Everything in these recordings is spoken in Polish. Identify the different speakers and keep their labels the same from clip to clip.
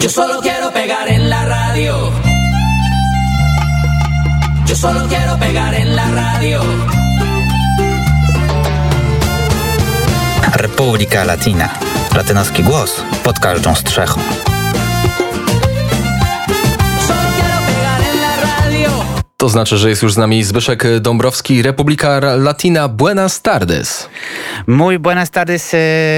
Speaker 1: Yo solo quiero pegar en la radio. Yo solo quiero pegar en la radio.
Speaker 2: Republika Latina. Latynoski głos pod każdą strzechą.
Speaker 3: To znaczy, że jest już z nami Zbyszek Dąbrowski, Republika Latina. Buenas tardes.
Speaker 4: Muy buenas tardes.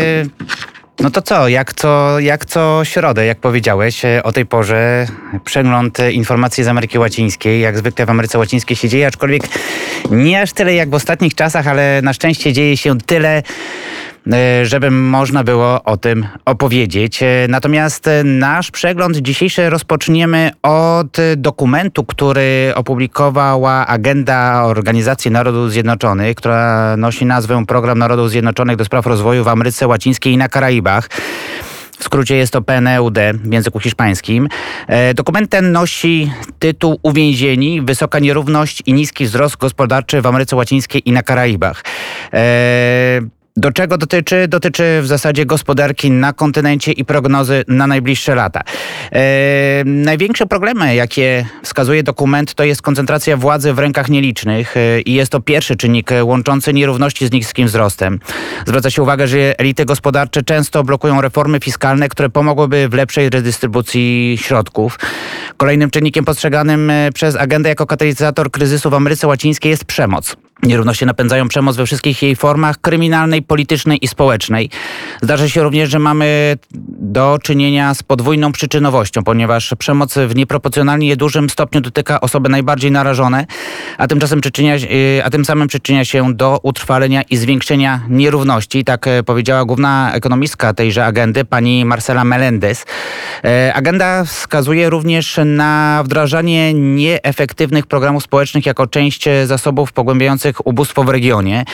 Speaker 4: No to co, jak co środę, jak powiedziałeś, o tej porze przegląd informacji z Ameryki Łacińskiej. Jak zwykle w Ameryce Łacińskiej się dzieje, aczkolwiek nie aż tyle jak w ostatnich czasach, ale na szczęście dzieje się tyle, żeby można było o tym opowiedzieć. Natomiast nasz przegląd dzisiejszy rozpoczniemy od dokumentu, który opublikowała Agenda Organizacji Narodów Zjednoczonych, która nosi nazwę Program Narodów Zjednoczonych do spraw rozwoju w Ameryce Łacińskiej i na Karaibach. W skrócie jest to PNUD w języku hiszpańskim. Dokument ten nosi tytuł Uwięzieni, wysoka nierówność i niski wzrost gospodarczy w Ameryce Łacińskiej i na Karaibach. Do czego dotyczy? Dotyczy w zasadzie gospodarki na kontynencie i prognozy na najbliższe lata. Największe problemy, jakie wskazuje dokument, to jest koncentracja władzy w rękach nielicznych i jest to pierwszy czynnik łączący nierówności z niskim wzrostem. Zwraca się uwagę, że elity gospodarcze często blokują reformy fiskalne, które pomogłyby w lepszej redystrybucji środków. Kolejnym czynnikiem postrzeganym przez agendę jako katalizator kryzysu w Ameryce Łacińskiej jest przemoc. Nierówności napędzają przemoc we wszystkich jej formach, kryminalnej, politycznej i społecznej. Zdarza się również, że mamy do czynienia z podwójną przyczynowością, ponieważ przemoc w nieproporcjonalnie dużym stopniu dotyka osoby najbardziej narażone, a tym samym przyczynia się do utrwalenia i zwiększenia nierówności. Tak powiedziała główna ekonomistka tejże agendy, pani Marcela Melendez. Agenda wskazuje również na wdrażanie nieefektywnych programów społecznych jako część zasobów pogłębiających ubóstwo w regionie.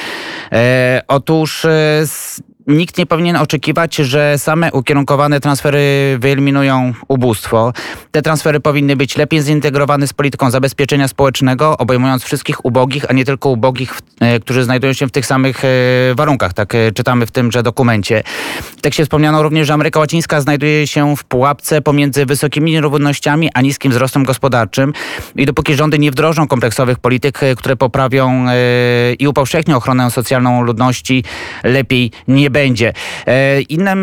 Speaker 4: Otóż nikt nie powinien oczekiwać, że same ukierunkowane transfery wyeliminują ubóstwo. Te transfery powinny być lepiej zintegrowane z polityką zabezpieczenia społecznego, obejmując wszystkich ubogich, a nie tylko ubogich, którzy znajdują się w tych samych warunkach. Tak czytamy w tymże dokumencie. W tekście wspomniano również, że Ameryka Łacińska znajduje się w pułapce pomiędzy wysokimi nierównościami, a niskim wzrostem gospodarczym. I dopóki rządy nie wdrożą kompleksowych polityk, które poprawią i upowszechnią ochronę socjalną ludności, lepiej nie będzie. Innym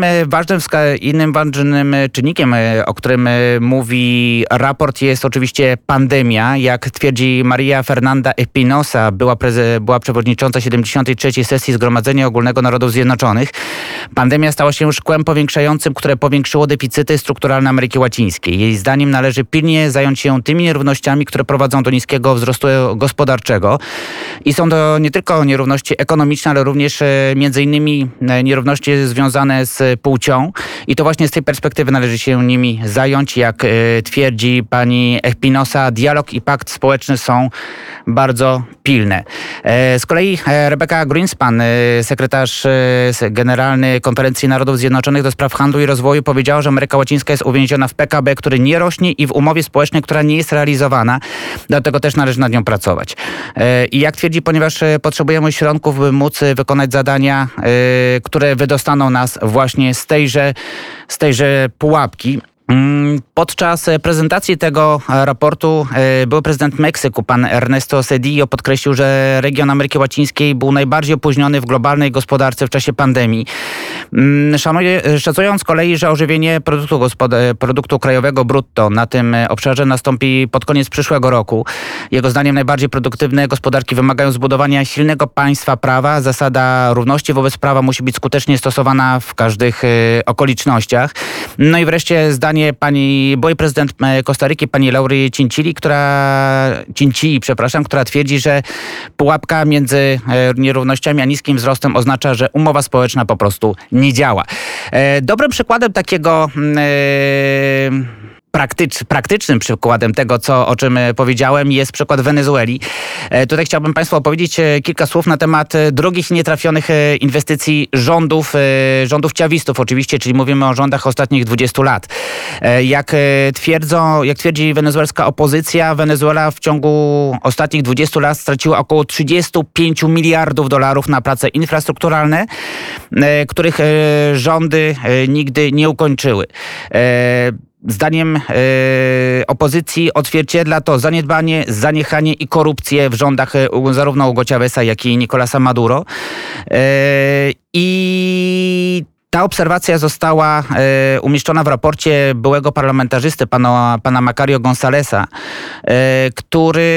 Speaker 4: ważnym czynnikiem, o którym mówi raport, jest oczywiście pandemia. Jak twierdzi Maria Fernanda Espinosa, była przewodnicząca 73. sesji Zgromadzenia Ogólnego Narodów Zjednoczonych. Pandemia stała się szkłem powiększającym, które powiększyło deficyty strukturalne Ameryki Łacińskiej. Jej zdaniem należy pilnie zająć się tymi nierównościami, które prowadzą do niskiego wzrostu gospodarczego. I są to nie tylko nierówności ekonomiczne, ale również między innymi nierówności związane z płcią i to właśnie z tej perspektywy należy się nimi zająć. Jak twierdzi pani Espinosa, dialog i pakt społeczny są bardzo pilne. Z kolei Rebecca Greenspan, sekretarz generalny Konferencji Narodów Zjednoczonych do spraw handlu i rozwoju, powiedziała, że Ameryka Łacińska jest uwięziona w PKB, który nie rośnie i w umowie społecznej, która nie jest realizowana. Dlatego też należy nad nią pracować. I jak twierdzi, ponieważ potrzebujemy środków, by móc wykonać zadania, które wydostaną nas właśnie z tejże pułapki. Podczas prezentacji tego raportu były prezydent Meksyku, pan Ernesto Zedillo, podkreślił, że region Ameryki Łacińskiej był najbardziej opóźniony w globalnej gospodarce w czasie pandemii. Szacując z kolei, że ożywienie produktu krajowego brutto na tym obszarze nastąpi pod koniec przyszłego roku. Jego zdaniem najbardziej produktywne gospodarki wymagają zbudowania silnego państwa prawa. Zasada równości wobec prawa musi być skutecznie stosowana w każdych okolicznościach. No i wreszcie zdanie byłej prezydent Kostaryki, pani Laury Chinchilli, która twierdzi, że pułapka między nierównościami a niskim wzrostem oznacza, że umowa społeczna po prostu nie działa. Dobrym przykładem takiego praktycznym przykładem tego, o czym powiedziałem, jest przykład Wenezueli. Tutaj chciałbym Państwu opowiedzieć kilka słów na temat drogich i nietrafionych inwestycji rządów ciawistów oczywiście, czyli mówimy o rządach ostatnich 20 lat. Jak twierdzi wenezuelska opozycja, Wenezuela w ciągu ostatnich 20 lat straciła około 35 miliardów dolarów na prace infrastrukturalne, których rządy nigdy nie ukończyły. Zdaniem opozycji odzwierciedla to zaniedbanie, zaniechanie i korupcję w rządach zarówno Hugo Cháveza, jak i Nicolasa Maduro. I ta obserwacja została umieszczona w raporcie byłego parlamentarzysty, pana Macario Gonzalesa, który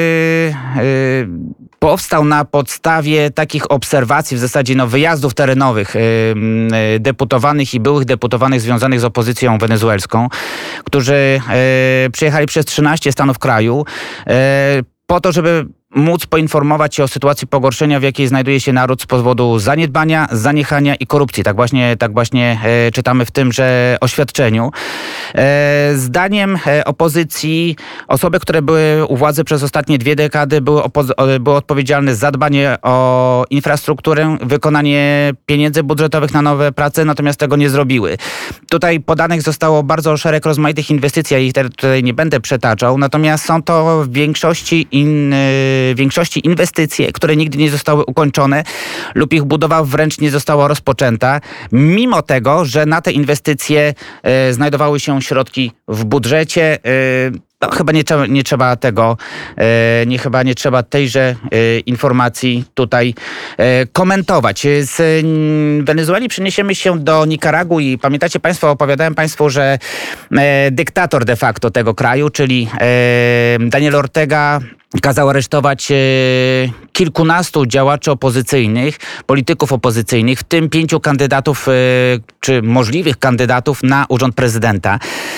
Speaker 4: powstał na podstawie takich obserwacji, w zasadzie wyjazdów terenowych deputowanych i byłych deputowanych związanych z opozycją wenezuelską, którzy przyjechali przez 13 stanów kraju po to, żeby móc poinformować się o sytuacji pogorszenia, w jakiej znajduje się naród z powodu zaniedbania, zaniechania i korupcji. Tak właśnie czytamy w tymże oświadczeniu. Zdaniem opozycji osoby, które były u władzy przez ostatnie 2 dekady, były odpowiedzialne za dbanie o infrastrukturę, wykonanie pieniędzy budżetowych na nowe prace, natomiast tego nie zrobiły. Tutaj podanych zostało bardzo szereg rozmaitych inwestycji, ja ich tutaj nie będę przetaczał, natomiast są to w większości inwestycje, które nigdy nie zostały ukończone lub ich budowa wręcz nie została rozpoczęta, mimo tego, że na te inwestycje znajdowały się środki w budżecie. Chyba nie trzeba tejże informacji tutaj komentować. Z Wenezueli przeniesiemy się do Nikaragui. Pamiętacie Państwo, opowiadałem Państwu, że dyktator de facto tego kraju, czyli Daniel Ortega, kazał aresztować kilkunastu działaczy opozycyjnych, polityków opozycyjnych, w tym 5 kandydatów, czy możliwych kandydatów na urząd prezydenta.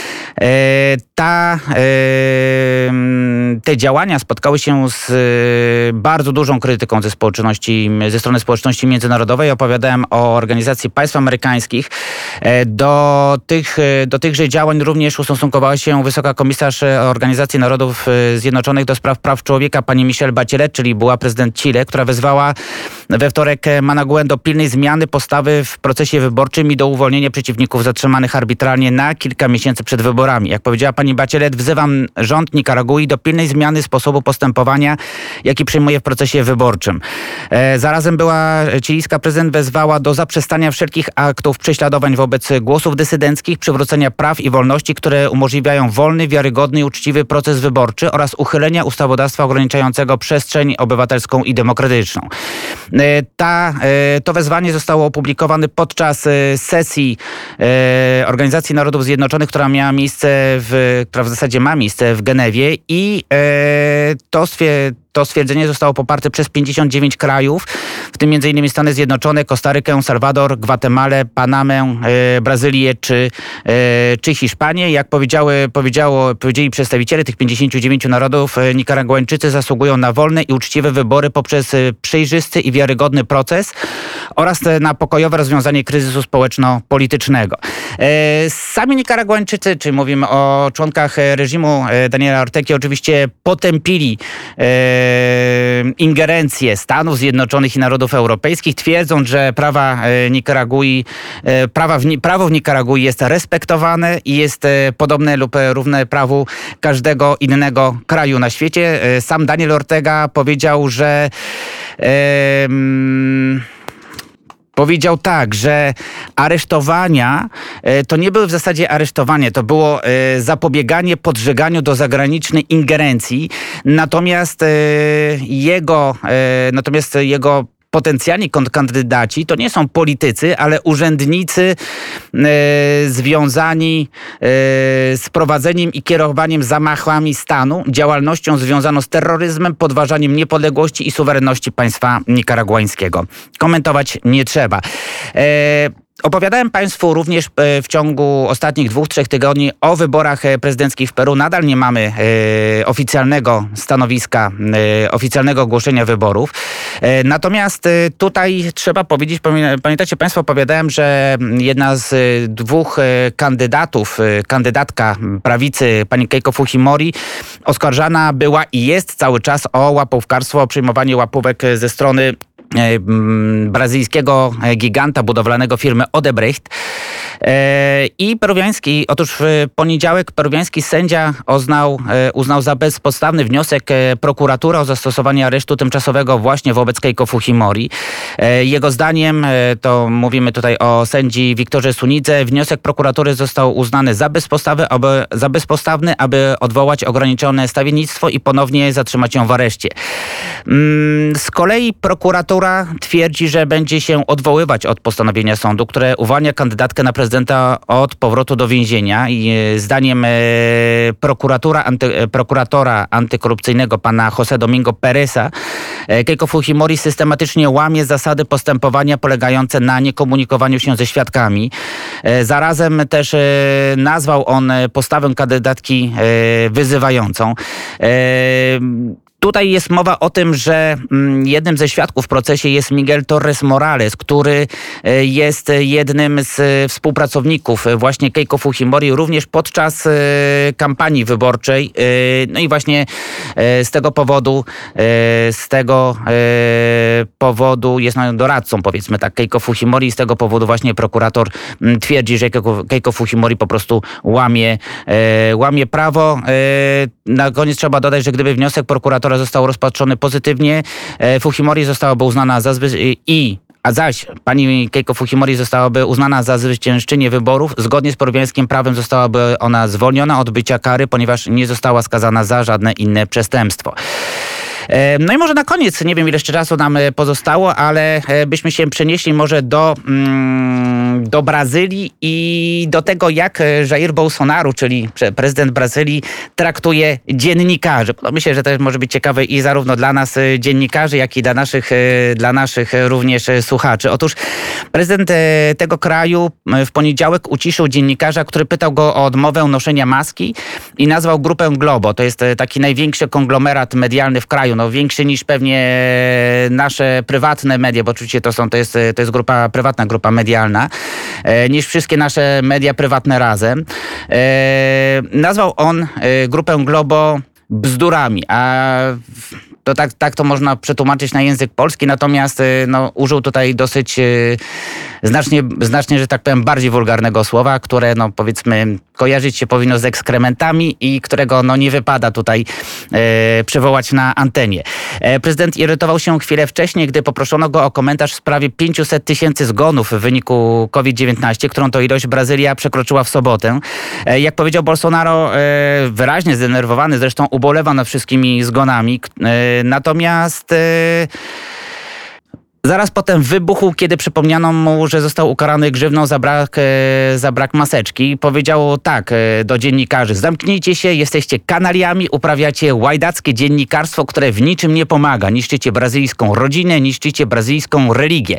Speaker 4: Te działania spotkały się z bardzo dużą krytyką ze strony społeczności międzynarodowej. Opowiadałem o Organizacji Państw Amerykańskich. Do tychże działań również ustosunkowała się wysoka komisarz Organizacji Narodów Zjednoczonych do spraw praw człowieka pani Michelle Bachelet, czyli była prezydent Chile, która wezwała we wtorek Managuę do pilnej zmiany postawy w procesie wyborczym i do uwolnienia przeciwników zatrzymanych arbitralnie na kilka miesięcy przed wyborami. Jak powiedziała pani Bachelet, wzywam rząd Nikaragui do pilnej zmiany sposobu postępowania, jaki przyjmuje w procesie wyborczym. Zarazem chilijska prezydent wezwała do zaprzestania wszelkich aktów prześladowań wobec głosów dysydenckich, przywrócenia praw i wolności, które umożliwiają wolny, wiarygodny i uczciwy proces wyborczy oraz uchylenia ustawodawstwa ograniczającego przestrzeń obywatelską i demokratyczną. To wezwanie zostało opublikowane podczas sesji Organizacji Narodów Zjednoczonych, która w zasadzie ma miejsce w Genewie i to stwierdzenie zostało poparte przez 59 krajów, w tym m.in. Stany Zjednoczone, Kostarykę, Salwador, Gwatemalę, Panamę, Brazylię czy Hiszpanię. Jak powiedzieli przedstawiciele tych 59 narodów, Nikaraguańczycy zasługują na wolne i uczciwe wybory poprzez przejrzysty i wiarygodny proces oraz na pokojowe rozwiązanie kryzysu społeczno-politycznego. Sami Nikaraguańczycy, czy mówimy o członkach reżimu Daniela Ortegi, oczywiście potępili ingerencję Stanów Zjednoczonych i narodów europejskich, twierdząc, że prawo w Nikaragui jest respektowane i jest podobne lub równe prawu każdego innego kraju na świecie. Sam Daniel Ortega powiedział, że powiedział tak, że aresztowania to nie były w zasadzie aresztowania, to było zapobieganie podżeganiu do zagranicznej ingerencji, natomiast jego potencjalni kandydaci to nie są politycy, ale urzędnicy związani z prowadzeniem i kierowaniem zamachami stanu, działalnością związaną z terroryzmem, podważaniem niepodległości i suwerenności państwa nikaraguańskiego. Komentować nie trzeba. Opowiadałem Państwu również w ciągu ostatnich 2-3 tygodni o wyborach prezydenckich w Peru. Nadal nie mamy oficjalnego stanowiska, oficjalnego ogłoszenia wyborów. Natomiast tutaj trzeba powiedzieć, pamiętacie Państwo, opowiadałem, że jedna z 2 kandydatka prawicy, pani Keiko Fujimori, oskarżana była i jest cały czas o łapówkarstwo, o przyjmowanie łapówek ze strony brazylijskiego giganta budowlanego firmy Odebrecht. I otóż w poniedziałek peruwiański sędzia uznał za bezpodstawny wniosek prokuratury o zastosowanie aresztu tymczasowego właśnie wobec Keiko Fujimori. Jego zdaniem, to mówimy tutaj o sędzi Wiktorze Sunidze, wniosek prokuratury został uznany za bezpodstawny, aby odwołać ograniczone stawiennictwo i ponownie zatrzymać ją w areszcie. Z kolei prokuratura twierdzi, że będzie się odwoływać od postanowienia sądu, które uwalnia kandydatkę na prezydenta od powrotu do więzienia. I zdaniem prokuratora antykorupcyjnego pana José Domingo Pereza, Keiko Fujimori systematycznie łamie zasady postępowania polegające na niekomunikowaniu się ze świadkami. Zarazem też nazwał on postawę kandydatki wyzywającą. Tutaj jest mowa o tym, że jednym ze świadków w procesie jest Miguel Torres Morales, który jest jednym z współpracowników właśnie Keiko Fujimori, również podczas kampanii wyborczej. No i właśnie z tego powodu jest doradcą, powiedzmy tak, Keiko Fujimori. Z tego powodu właśnie prokurator twierdzi, że Keiko Fujimori po prostu łamie prawo. Na koniec trzeba dodać, że gdyby wniosek prokuratora został rozpatrzony pozytywnie, Fujimori zostałaby uznana zaś pani Keiko Fujimori zostałaby uznana za zwyciężczynię wyborów. Zgodnie z peruwiańskim prawem zostałaby ona zwolniona od odbycia kary, ponieważ nie została skazana za żadne inne przestępstwo. No i może na koniec, nie wiem ile jeszcze czasu nam pozostało, ale byśmy się przenieśli może do Brazylii i do tego, jak Jair Bolsonaro, czyli prezydent Brazylii, traktuje dziennikarzy. Myślę, że to może być ciekawe i zarówno dla nas dziennikarzy, jak i dla naszych również słuchaczy. Otóż prezydent tego kraju w poniedziałek uciszył dziennikarza, który pytał go o odmowę noszenia maski i nazwał grupę Globo. To jest taki największy konglomerat medialny w kraju. No, większy niż pewnie nasze prywatne media, bo oczywiście to jest prywatna grupa medialna, niż wszystkie nasze media prywatne razem. Nazwał on grupę Globo bzdurami, a to tak to można przetłumaczyć na język polski, natomiast użył tutaj dosyć znacznie, że tak powiem, bardziej wulgarnego słowa, które powiedzmy kojarzyć się powinno z ekskrementami i którego nie wypada tutaj przywołać na antenie. Prezydent irytował się chwilę wcześniej, gdy poproszono go o komentarz w sprawie 500 000 zgonów w wyniku COVID-19, którą to ilość Brazylia przekroczyła w sobotę. Jak powiedział Bolsonaro, wyraźnie zdenerwowany, zresztą ubolewa nad wszystkimi zgonami, natomiast zaraz potem wybuchł, kiedy przypomniano mu, że został ukarany grzywną za brak maseczki. Powiedział tak do dziennikarzy: zamknijcie się, jesteście kanaliami, uprawiacie łajdackie dziennikarstwo, które w niczym nie pomaga. Niszczycie brazylijską rodzinę, niszczycie brazylijską religię.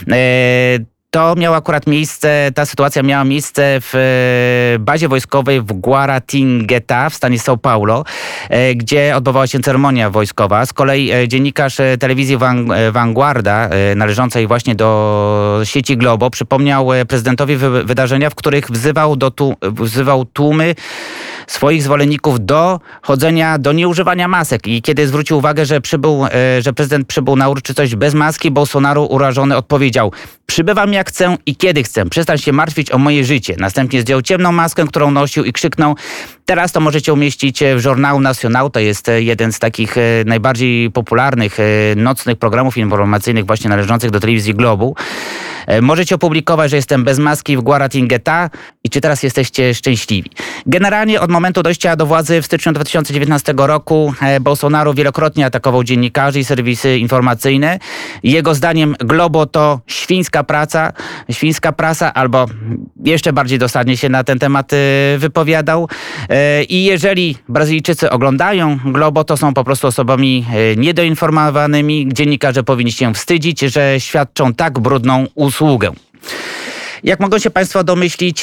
Speaker 4: Ta sytuacja miała miejsce w bazie wojskowej w Guaratinguetá w stanie São Paulo, gdzie odbywała się ceremonia wojskowa. Z kolei dziennikarz telewizji Vanguarda, należącej właśnie do sieci Globo, przypomniał prezydentowi wydarzenia, w których wzywał tłumy swoich zwolenników do chodzenia, do nieużywania masek. I kiedy zwrócił uwagę, że prezydent przybył na uroczystość bez maski, Bolsonaro urażony odpowiedział: przybywam jak chcę i kiedy chcę. Przestań się martwić o moje życie. Następnie zdjął ciemną maskę, którą nosił, i krzyknął: teraz to możecie umieścić w Jornal Nacional. To jest jeden z takich najbardziej popularnych nocnych programów informacyjnych właśnie należących do telewizji Globu. Możecie opublikować, że jestem bez maski w Guaratinguetá i czy teraz jesteście szczęśliwi. Generalnie od momentu dojścia do władzy w styczniu 2019 roku Bolsonaro wielokrotnie atakował dziennikarzy i serwisy informacyjne. Jego zdaniem Globo to świńska prasa, albo jeszcze bardziej dosadnie się na ten temat wypowiadał. I jeżeli Brazylijczycy oglądają Globo, to są po prostu osobami niedoinformowanymi. Dziennikarze powinni się wstydzić, że świadczą tak brudną usługę. Jak mogą się Państwo domyślić,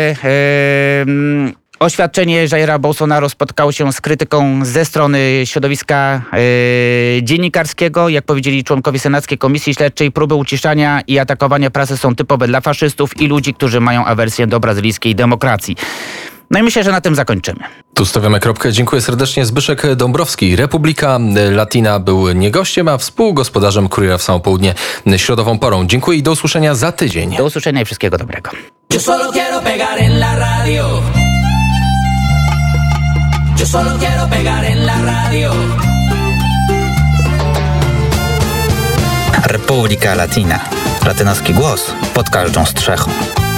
Speaker 4: oświadczenie Jaira Bolsonaro spotkało się z krytyką ze strony środowiska dziennikarskiego. Jak powiedzieli członkowie Senackiej Komisji Śledczej, próby uciszania i atakowania prasy są typowe dla faszystów i ludzi, którzy mają awersję do brazylijskiej demokracji. No i myślę, że na tym zakończymy.
Speaker 3: Tu stawiamy kropkę. Dziękuję serdecznie. Zbyszek Dąbrowski. Republika Latina był nie gościem, a współgospodarzem Kuriera w samo południe środową porą. Dziękuję i do usłyszenia za tydzień.
Speaker 4: Do usłyszenia i wszystkiego dobrego.
Speaker 1: Yo solo quiero pegar en la radio. Yo solo quiero pegar en la radio.
Speaker 2: Republika Latina. Latynoski głos pod każdą strzechą.